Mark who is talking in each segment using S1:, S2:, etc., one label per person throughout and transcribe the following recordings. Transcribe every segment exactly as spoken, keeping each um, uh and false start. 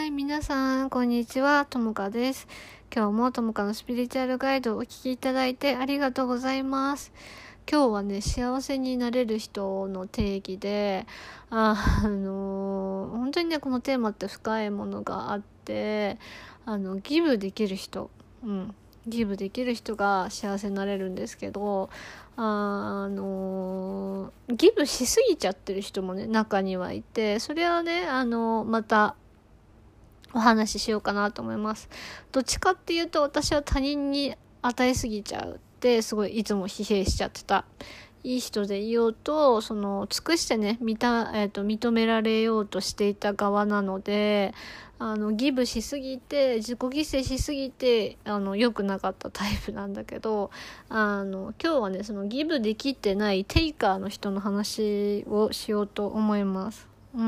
S1: い、皆さん、こんにちは。ともかです。今日もともかのスピリチュアルガイドをお聞きいただいてありがとうございます。今日はね、幸せになれる人の定義で、あ、あのー、本当にね、このテーマって深いものがあって、あの、ギブできる人、うん。ギブできる人が幸せになれるんですけど、あ、あのー、ギブしすぎちゃってる人もね、中にはいて、それはね、あのー、また、お話ししようかなと思います。どっちかっていうと、私は他人に与えすぎちゃうってすごいいつも疲弊しちゃってた。いい人でいようと、その尽くしてね、見た、えっと、認められようとしていた側なので、あのギブしすぎて自己犠牲しすぎてあの良くなかったタイプなんだけど、あの今日はね、そのギブできてないテイカーの人の話をしようと思います。うん。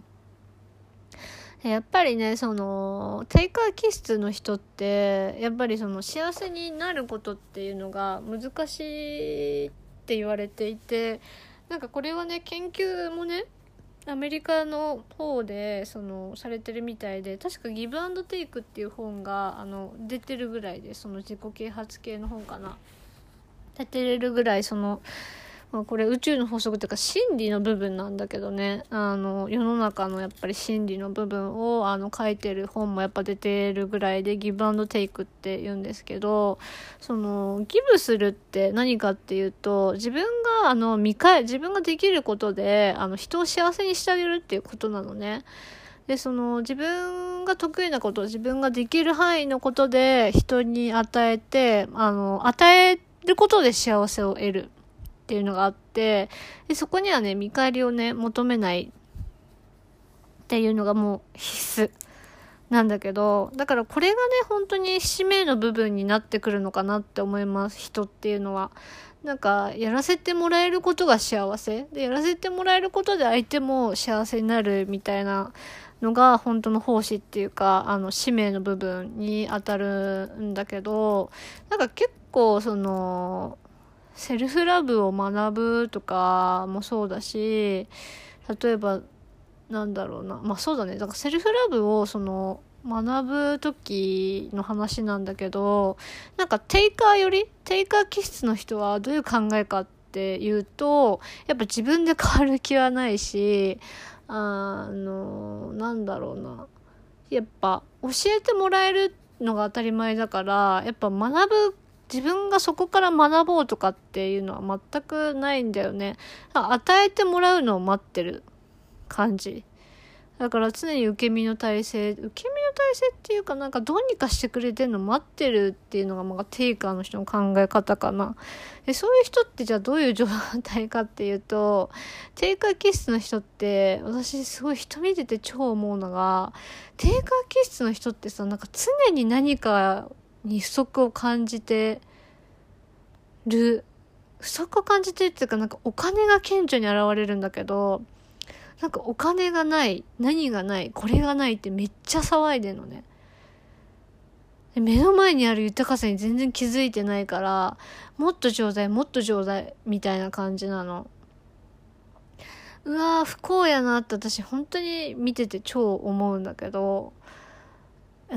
S1: やっぱりね、そのテイカー気質の人ってやっぱりその幸せになることっていうのが難しいって言われていて、なんかこれはね、研究もね、アメリカの方でそのされてるみたいで、確かギブアンドテイクっていう本があの出てるぐらいで、その自己啓発系の本かな、出てるぐらい、そのまあ、これ宇宙の法則というか真理の部分なんだけどね、あの世の中のやっぱり真理の部分をあの書いてる本もやっぱ出てるぐらいで、ギブアンドテイクって言うんですけど、そのギブするって何かっていうと、自分があの見返自分ができることであの人を幸せにしてあげるっていうことなのね。で、その自分が得意なこと、自分ができる範囲のことで人に与えて、あの与えることで幸せを得るっていうのがあって、でそこにはね、見返りをね求めないっていうのがもう必須なんだけど、だからこれがね、本当に使命の部分になってくるのかなって思います。人っていうのはなんかやらせてもらえることが幸せで、やらせてもらえることで相手も幸せになるみたいなのが本当の奉仕っていうか、あの使命の部分に当たるんだけど、なんか結構そのセルフラブを学ぶとかもそうだし、例えばなんだろうな、まあそうだね、だからセルフラブをその学ぶ時の話なんだけど、なんかテイカーよりテイカー気質の人はどういう考えかっていうと、やっぱ自分で変わる気はないし、あのなんだろうな、やっぱ教えてもらえるのが当たり前だから、やっぱ学ぶ、自分がそこから学ぼうとかっていうのは全くないんだよね。与えてもらうのを待ってる感じ。だから常に受け身の体制、受け身の体制っていうか、なんかどうにかしてくれてるの待ってるっていうのが、まあテイカーの人の考え方かな。で、そういう人ってじゃあどういう状態かっていうと、テイカー気質の人って、私すごい人見てて超思うのが、テイカー気質の人ってさ、なんか常に何かに不足を感じてる。不足を感じてるっていうか、なんかお金が顕著に現れるんだけど、なんかお金がない、何がない、これがないってめっちゃ騒いでんのね。で、目の前にある豊かさに全然気づいてないから、もっとちょうだい、もっとちょうだいみたいな感じなの。うわー、不幸やなって私本当に見てて超思うんだけど、うん、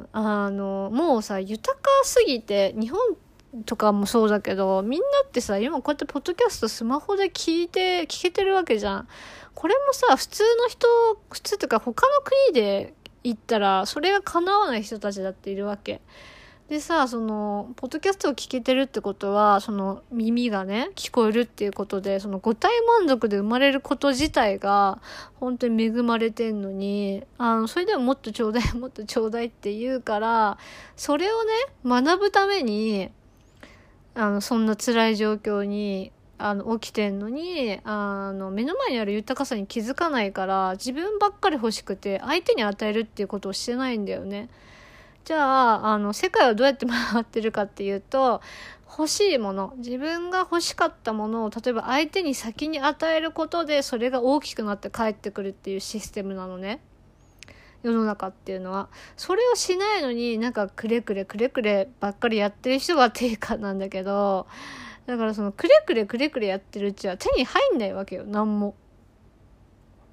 S1: あのもうさ、豊かすぎて、日本とかもそうだけど、みんなってさ、今こうやってポッドキャストスマホで聞いて聞けてるわけじゃん。これもさ、普通の人、普通っていうか他の国で行ったらそれが叶わない人たちだっているわけでさ、そのポッドキャストを聞けてるってことは、その耳がね聞こえるっていうことで、その五体満足で生まれること自体が本当に恵まれてんのに、あのそれでももっとちょうだいもっとちょうだいって言うから、それをね学ぶためにあのそんな辛い状況にあの起きてんのに、あの目の前にある豊かさに気づかないから、自分ばっかり欲しくて相手に与えるっていうことをしてないんだよね。じゃあ、あの世界はどうやって回ってるかっていうと、欲しいもの、自分が欲しかったものを例えば相手に先に与えることで、それが大きくなって帰ってくるっていうシステムなのね、世の中っていうのは。それをしないのに、なんかくれくれくれくればっかりやってる人が定価なんだけど、だからそのくれくれくれくれやってるうちは手に入んないわけよ、なんも。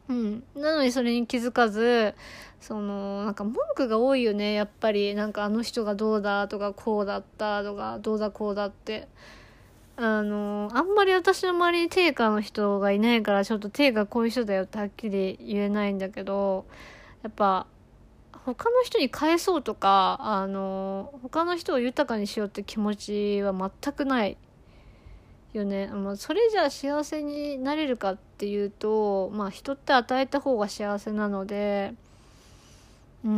S1: うん。なのにそれに気づかず、その、なんか文句が多いよね、やっぱり。なんかあの人がどうだとか、こうだったとか、どうだこうだって。あの、あんまり私の周りに定価の人がいないから、ちょっと定価こういう人だよってはっきり言えないんだけど、やっぱ、他の人に返そうとか、あの、他の人を豊かにしようって気持ちは全くないよね。まあ、それじゃあ幸せになれるかっていうと、まあ人って与えた方が幸せなので、うん、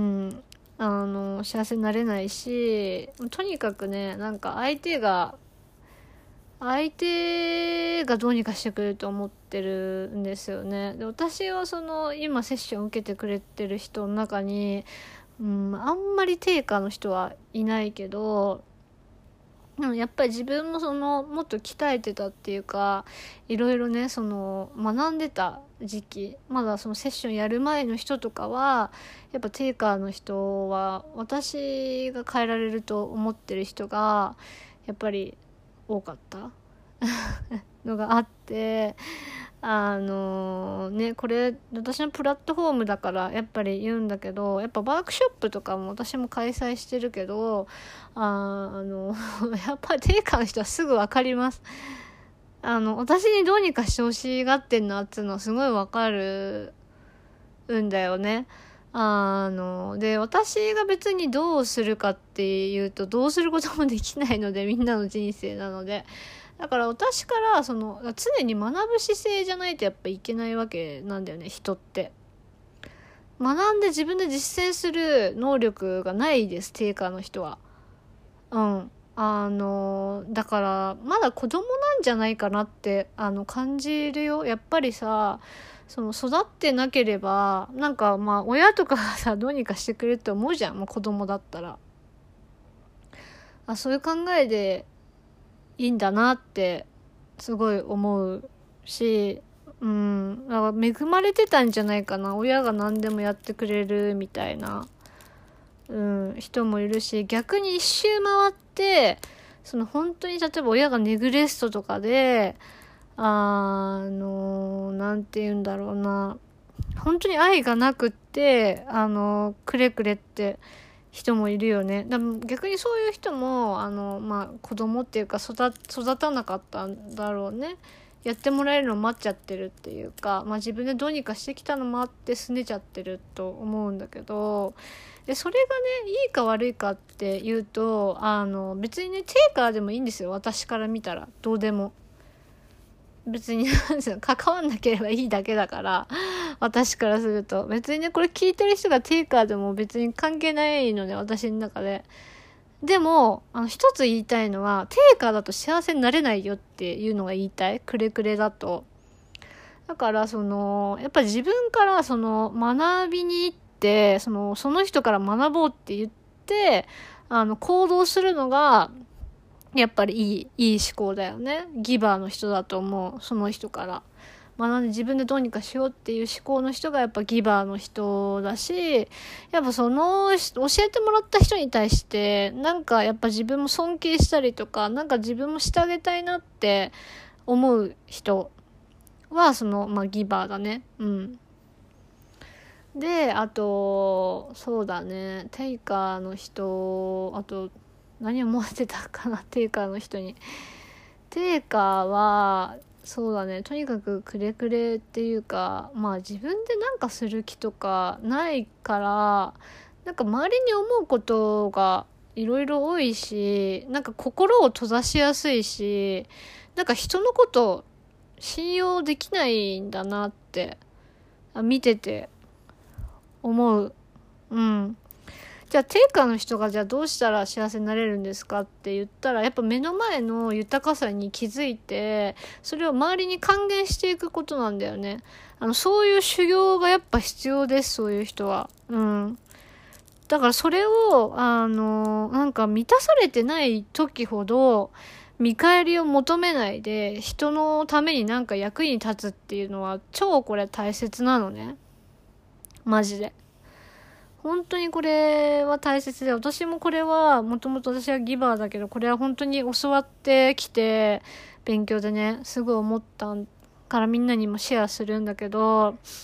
S1: あの、幸せになれないし、とにかくね、なんか相手が、相手がどうにかしてくれると思ってるんですよね。で、私はその今セッション受けてくれてる人の中に、うん、あんまり定価の人はいないけど、でもやっぱり自分もそのもっと鍛えてたっていうか、いろいろね、その学んでた時期、まだそのセッションやる前の人とかは、やっぱテイカーの人は私が変えられると思ってる人がやっぱり多かったのがあって、あのね、これ私のプラットフォームだからやっぱり言うんだけど、やっぱワークショップとかも私も開催してるけど、ああのやっぱり定価の人はすぐ分かります。あの私にどうにかしてほしがってんなっていうのはすごい分かるんだよね。あので、私が別にどうするかっていうと、どうすることもできないので、みんなの人生なので、だから私からその常に学ぶ姿勢じゃないとやっぱいけないわけなんだよね、人って。学んで自分で実践する能力がないです、テイカーの人は。うん。あの、だからまだ子供なんじゃないかなってあの感じるよ。やっぱりさ、その育ってなければ、なんかまあ親とかがさ、どうにかしてくれるって思うじゃん、もう子供だったら。あ、そういう考えでいいんだなってすごい思うし、うん、だから恵まれてたんじゃないかな、親が何でもやってくれるみたいな、うん、人もいるし、逆に一周回ってその本当に例えば親がネグレストとかで、あのなんて言うんだろうな、本当に愛がなくってあのくれくれって人もいるよね。でも逆にそういう人もあの、まあ、子供っていうか育育たなかったんだろうね。やってもらえるのを待っちゃってるっていうか、まあ、自分でどうにかしてきたのもあって拗ねちゃってると思うんだけど、でそれがねいいか悪いかっていうと、あの別にねテイカーでもいいんですよ、私から見たら。どうでも別に関わんなければいいだけだから、私からすると別にね、これ聞いてる人がテイカーでも別に関係ないので、私の中で。でもあの一つ言いたいのは、テイカーだと幸せになれないよっていうのが言いたい。くれくれだと。だからそのやっぱり自分からその学びに行って、そのその人から学ぼうって言ってあの行動するのがやっぱりいい、いい思考だよね。ギバーの人だと思う。その人から。学んで自分でどうにかしようっていう思考の人がやっぱギバーの人だし、やっぱその教えてもらった人に対して、なんかやっぱ自分も尊敬したりとか、なんか自分もしてあげたいなって思う人は、その、まあギバーだね。うん。で、あと、そうだね、テイカーの人、あと、何を思ってたかな、テイカーの人に。テイカーは、そうだね、とにかくくれくれっていうか、まあ自分でなんかする気とかないから、なんか周りに思うことがいろいろ多いし、なんか心を閉ざしやすいし、なんか人のこと信用できないんだなって、見てて思う。うん。じゃあ定価の人がじゃあどうしたら幸せになれるんですかって言ったら、やっぱ目の前の豊かさに気づいて、それを周りに還元していくことなんだよね。あのそういう修行がやっぱ必要です、そういう人は。うん。だからそれをあのなんか満たされてない時ほど見返りを求めないで人のためになんか役に立つっていうのは超これ大切なのね。マジで。本当にこれは大切で、私もこれはもともと私はギバーだけど、これは本当に教わってきて勉強でねすごい思ったからみんなにもシェアするんだけど、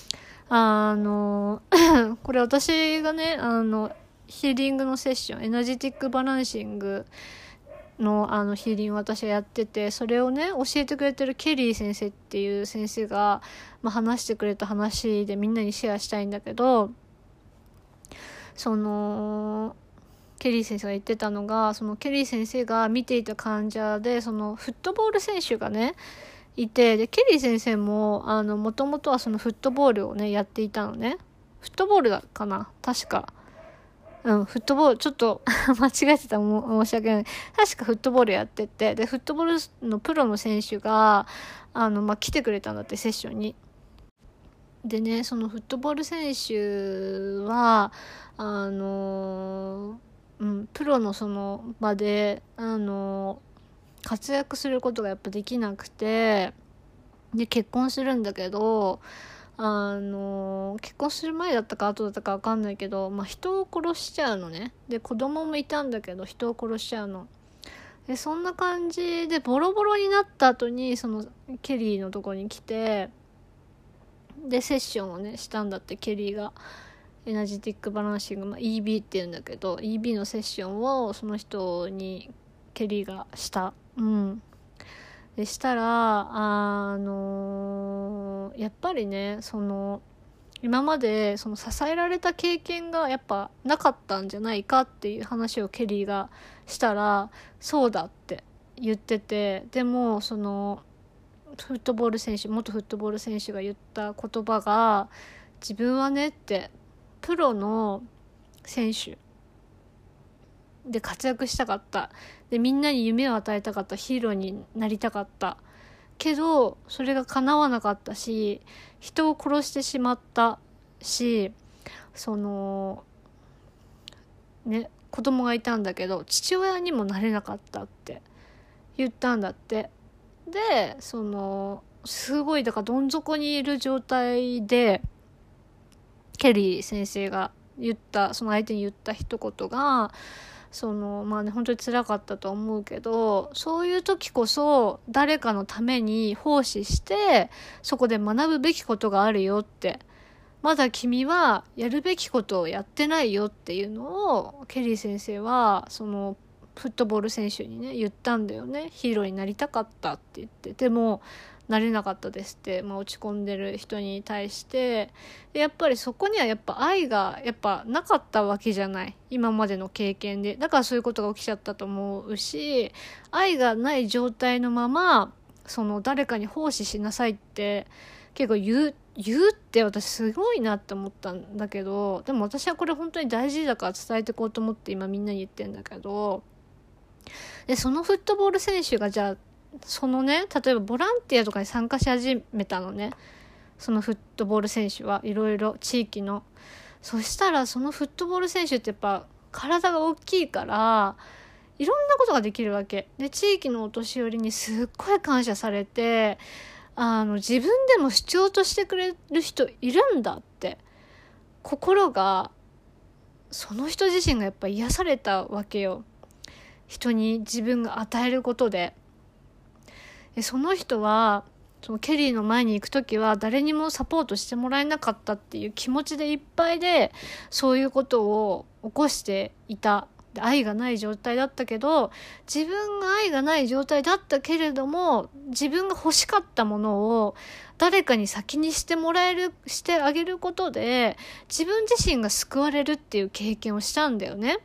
S1: あのこれ私がねあのヒーリングのセッションエナジティックバランシングのあのヒーリング私はやってて、それをね教えてくれてるケリー先生っていう先生が、まあ、話してくれた話でみんなにシェアしたいんだけど、そのケリー先生が言ってたのが、そのケリー先生が見ていた患者でそのフットボール選手がねいて、でケリー先生もあの元々はそのフットボールをねやっていたのね。フットボールだかな確か。うん、フットボール、ちょっと間違えてたら申し訳ない。確かフットボールやってて、で、フットボールのプロの選手が、あの、まあ、来てくれたんだって、セッションに。でね、そのフットボール選手は、あの、うん、プロのその場で、あの、活躍することがやっぱできなくて、で、結婚するんだけど、あの結婚する前だったか後だったか分かんないけど、まあ、人を殺しちゃうのね。で子供もいたんだけど人を殺しちゃうので、そんな感じでボロボロになった後にそのケリーのとこに来て、でセッションをねしたんだって。ケリーがエナジティックバランシング、まあ、イービー っていうんだけど イービー のセッションをその人にケリーがしたうんでしたら、あのー、やっぱりねその今までその支えられた経験がやっぱなかったんじゃないかっていう話をケリーがしたら、そうだって言ってて、でもそのフットボール選手元フットボール選手が言った言葉が、自分はねってプロの選手で活躍したかった、でみんなに夢を与えたかった、ヒーローになりたかったけどそれが叶わなかったし、人を殺してしまったし、そのね子供がいたんだけど父親にもなれなかったって言ったんだって。でそのすごいだからどん底にいる状態でケリー先生が言ったその相手に言った一言が、そのまあね本当に辛かったと思うけど、そういう時こそ誰かのために奉仕してそこで学ぶべきことがあるよって、まだ君はやるべきことをやってないよっていうのをケリー先生はそのフットボール選手にね言ったんだよね。ヒーローになりたかったって言って、でもなれなかったですって、まあ、落ち込んでる人に対してで、やっぱりそこにはやっぱ愛がやっぱなかったわけじゃない、今までの経験で。だからそういうことが起きちゃったと思うし、愛がない状態のままその誰かに奉仕しなさいって結構言う言うって私すごいなって思ったんだけど、でも私はこれ本当に大事だから伝えていこうと思って今みんなに言ってんだけど、でそのフットボール選手がじゃあそのね例えばボランティアとかに参加し始めたのね、そのフットボール選手はいろいろ地域の。そしたらそのフットボール選手ってやっぱ体が大きいからいろんなことができるわけで、地域のお年寄りにすっごい感謝されて、あの自分でも主張としてくれる人いるんだって心が、その人自身がやっぱ癒されたわけよ。人に自分が与えることで。その人はそのケリーの前に行くときは誰にもサポートしてもらえなかったっていう気持ちでいっぱいでそういうことを起こしていた。で愛がない状態だったけど、自分が愛がない状態だったけれども自分が欲しかったものを誰かに先にしてもらえるしてあげることで自分自身が救われるっていう経験をしたんだよね。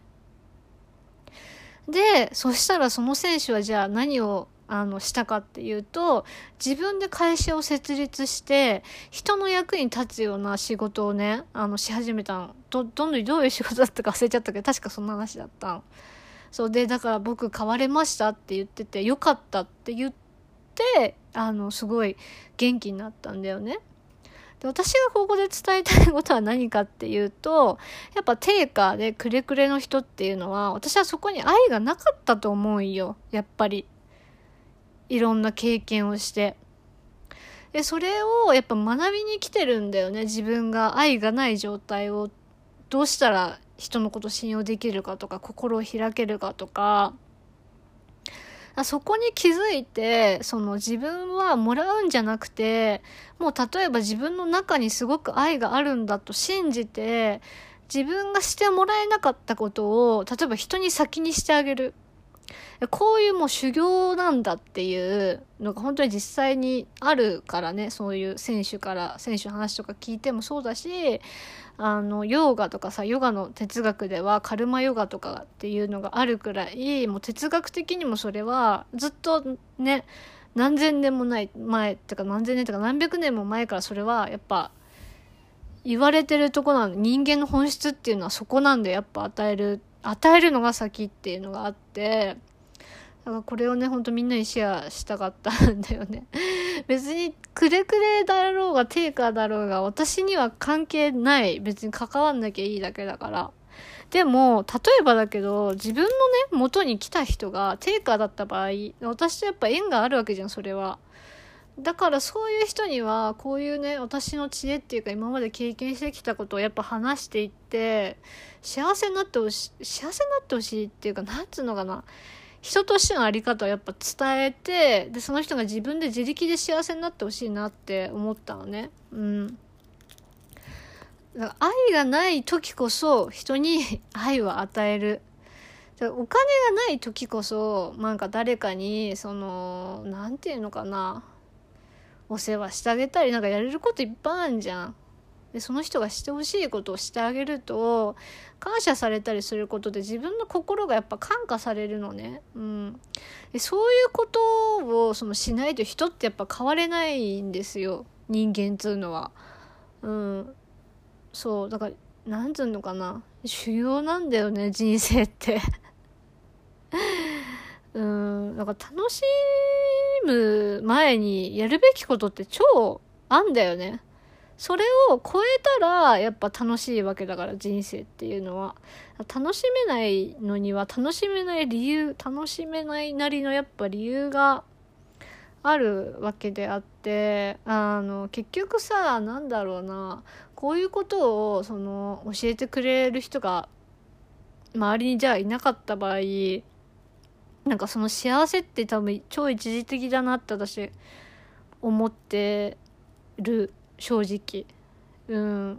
S1: でそしたらその選手はじゃあ何をあのしたかっていうと、自分で会社を設立して人の役に立つような仕事をねあのし始めたの。 ど, どんどんどういう仕事だったか忘れちゃったけど確かそんな話だったの。そうでだから僕変われましたって言ってて、よかったって言ってあのすごい元気になったんだよね。で私がここで伝えたいことは何かっていうと、やっぱ定価でくれくれの人っていうのは私はそこに愛がなかったと思うよ。やっぱりいろんな経験をしてでそれをやっぱ学びに来てるんだよね。自分が愛がない状態をどうしたら人のこと信用できるかとか心を開けるかとか、 そこに気づいて、その自分はもらうんじゃなくて、もう例えば自分の中にすごく愛があるんだと信じて、自分がしてもらえなかったことを、例えば人に先にしてあげる。こういうもう修行なんだっていうのが本当に実際にあるからね、そういう選手から、選手の話とか聞いてもそうだし、あの、ヨーガとかさ、ヨガの哲学ではカルマヨガとかっていうのがあるくらい、もう哲学的にもそれはずっとね、何千年もない前ってか何千年とか何百年も前からそれはやっぱ言われてるとこなの。人間の本質っていうのはそこなんで、やっぱ与える、与えるのが先っていうのがあって、だからこれをね、ほんとみんなにシェアしたかったんだよね。別にくれくれだろうが定価だろうが私には関係ない。別に関わんなきゃいいだけだから。でも、例えばだけど、自分のね、元に来た人が定価だった場合、私とやっぱ縁があるわけじゃん、それは。だからそういう人には、こういうね、私の知恵っていうか今まで経験してきたことをやっぱ話していって、幸せになってほしい、幸せになってほしいっていうか、なんつうのかな。人としてのあり方をやっぱ伝えて、で、その人が自分で自力で幸せになってほしいなって思ったのね。うん。だから愛がない時こそ人に愛を与える。だからお金がない時こそ、なんか誰かに、その、なんていうのかな。お世話してあげたり、なんかやれることいっぱいあるじゃん。で、その人がしてほしいことをしてあげると、感謝されたりすることで自分の心がやっぱ感化されるのね。うん。で、そういうことをそのしないと人ってやっぱ変われないんですよ。人間っていうのは。うん。そう。だから、なんつうのかな。修行なんだよね、人生って。うん。だから楽しむ前にやるべきことって超あんだよね。それを超えたらやっぱ楽しいわけだから、人生っていうのは。楽しめないのには楽しめない理由、楽しめないなりのやっぱ理由があるわけであって、あの、結局さ、なんだろうな、こういうことをその教えてくれる人が周りにじゃあいなかった場合、なんかその幸せって多分超一時的だなって私思ってる。正直。うん。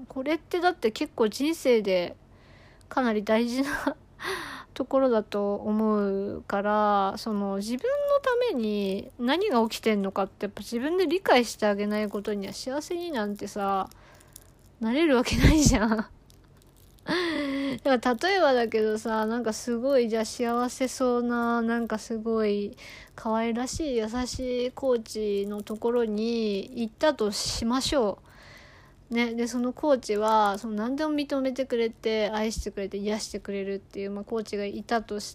S1: これってだって結構人生でかなり大事なところだと思うから、その自分のために何が起きてんのかってやっぱ自分で理解してあげないことには幸せになんてさ、なれるわけないじゃん。だから例えばだけどさ、なんかすごいじゃあ幸せそうな、なんかすごい可愛らしい優しいコーチのところに行ったとしましょう。ね。で、そのコーチは、その何でも認めてくれて、愛してくれて、癒してくれるっていう、まあコーチがいたとして、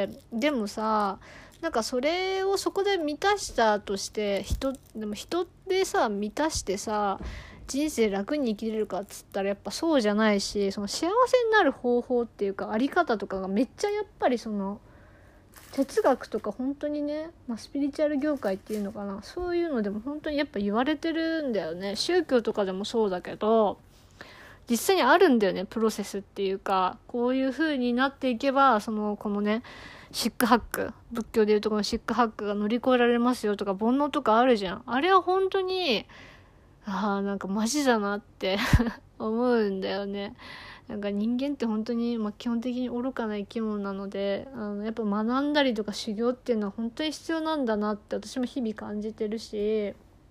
S1: でもさ、なんかそれをそこで満たしたとして、人、でも人でさ、満たしてさ、人生楽に生きれるかっつったらやっぱそうじゃないし、その幸せになる方法っていうかあり方とかがめっちゃやっぱりその哲学とか本当にね、まあ、スピリチュアル業界っていうのかな、そういうのでも本当にやっぱ言われてるんだよね。宗教とかでもそうだけど実際にあるんだよね、プロセスっていうか、こういう風になっていけばそのこのねシックハック、仏教でいうとこのシックハックが乗り越えられますよとか煩悩とかあるじゃん。あれは本当にああ、なんかマジだなって思うんだよね。なんか人間って本当に、まあ、基本的に愚かな生き物なので、あのやっぱ学んだりとか修行っていうのは本当に必要なんだなって私も日々感じてるし、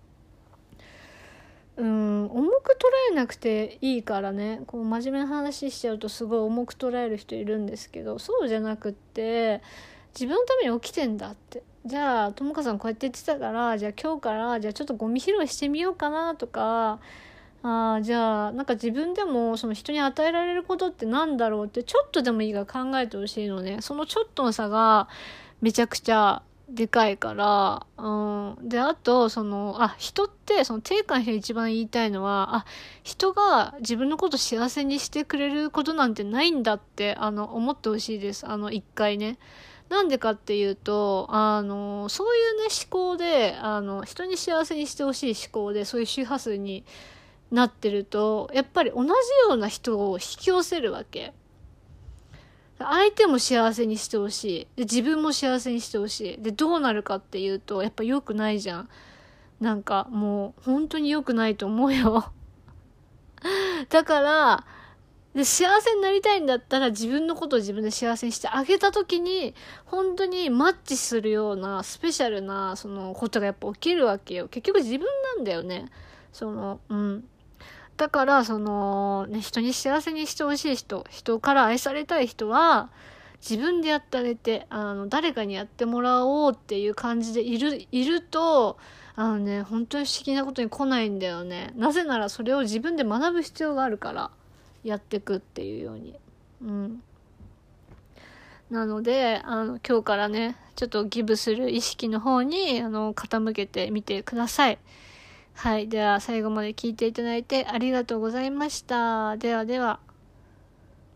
S1: うん、重く捉えなくていいからね、こう真面目な話しちゃうとすごい重く捉える人いるんですけど、そうじゃなくって自分のために起きてんだって。じゃあともかさんこうやって言ってたから、じゃあ今日からじゃあちょっとゴミ拾いしてみようかなとか、あじゃあなんか自分でもその人に与えられることってなんだろうってちょっとでもいいから考えてほしいのね。そのちょっとの差がめちゃくちゃでかいから、うん。で、あと、その、あ、人って、その、定価の人が一番言いたいのは、あ、人が自分のこと幸せにしてくれることなんてないんだって、あの、思ってほしいです。あの、一回ね。なんでかっていうと、あの、そういうね、思考で、あの、人に幸せにしてほしい思考で、そういう周波数になってると、やっぱり同じような人を引き寄せるわけ。 相手も幸せにしてほしい。で、自分も幸せにしてほしい。で、どうなるかっていうと、やっぱ良くないじゃん。なんかもう本当に良くないと思うよ。だから、で、幸せになりたいんだったら自分のことを自分で幸せにしてあげたときに、本当にマッチするようなスペシャルなそのことがやっぱ起きるわけよ。結局自分なんだよね。その、うん。だから、その、ね、人に幸せにしてほしい人、人から愛されたい人は、自分でやってあげて、あの、誰かにやってもらおうっていう感じでいる、いると、あのね、本当に不思議なことに来ないんだよね。なぜならそれを自分で学ぶ必要があるから。やってくっていうように。うん。なので、あの、今日からね、ちょっとギブする意識の方に、あの、傾けてみてください。はい。では、最後まで聞いていただいてありがとうございました。ではでは。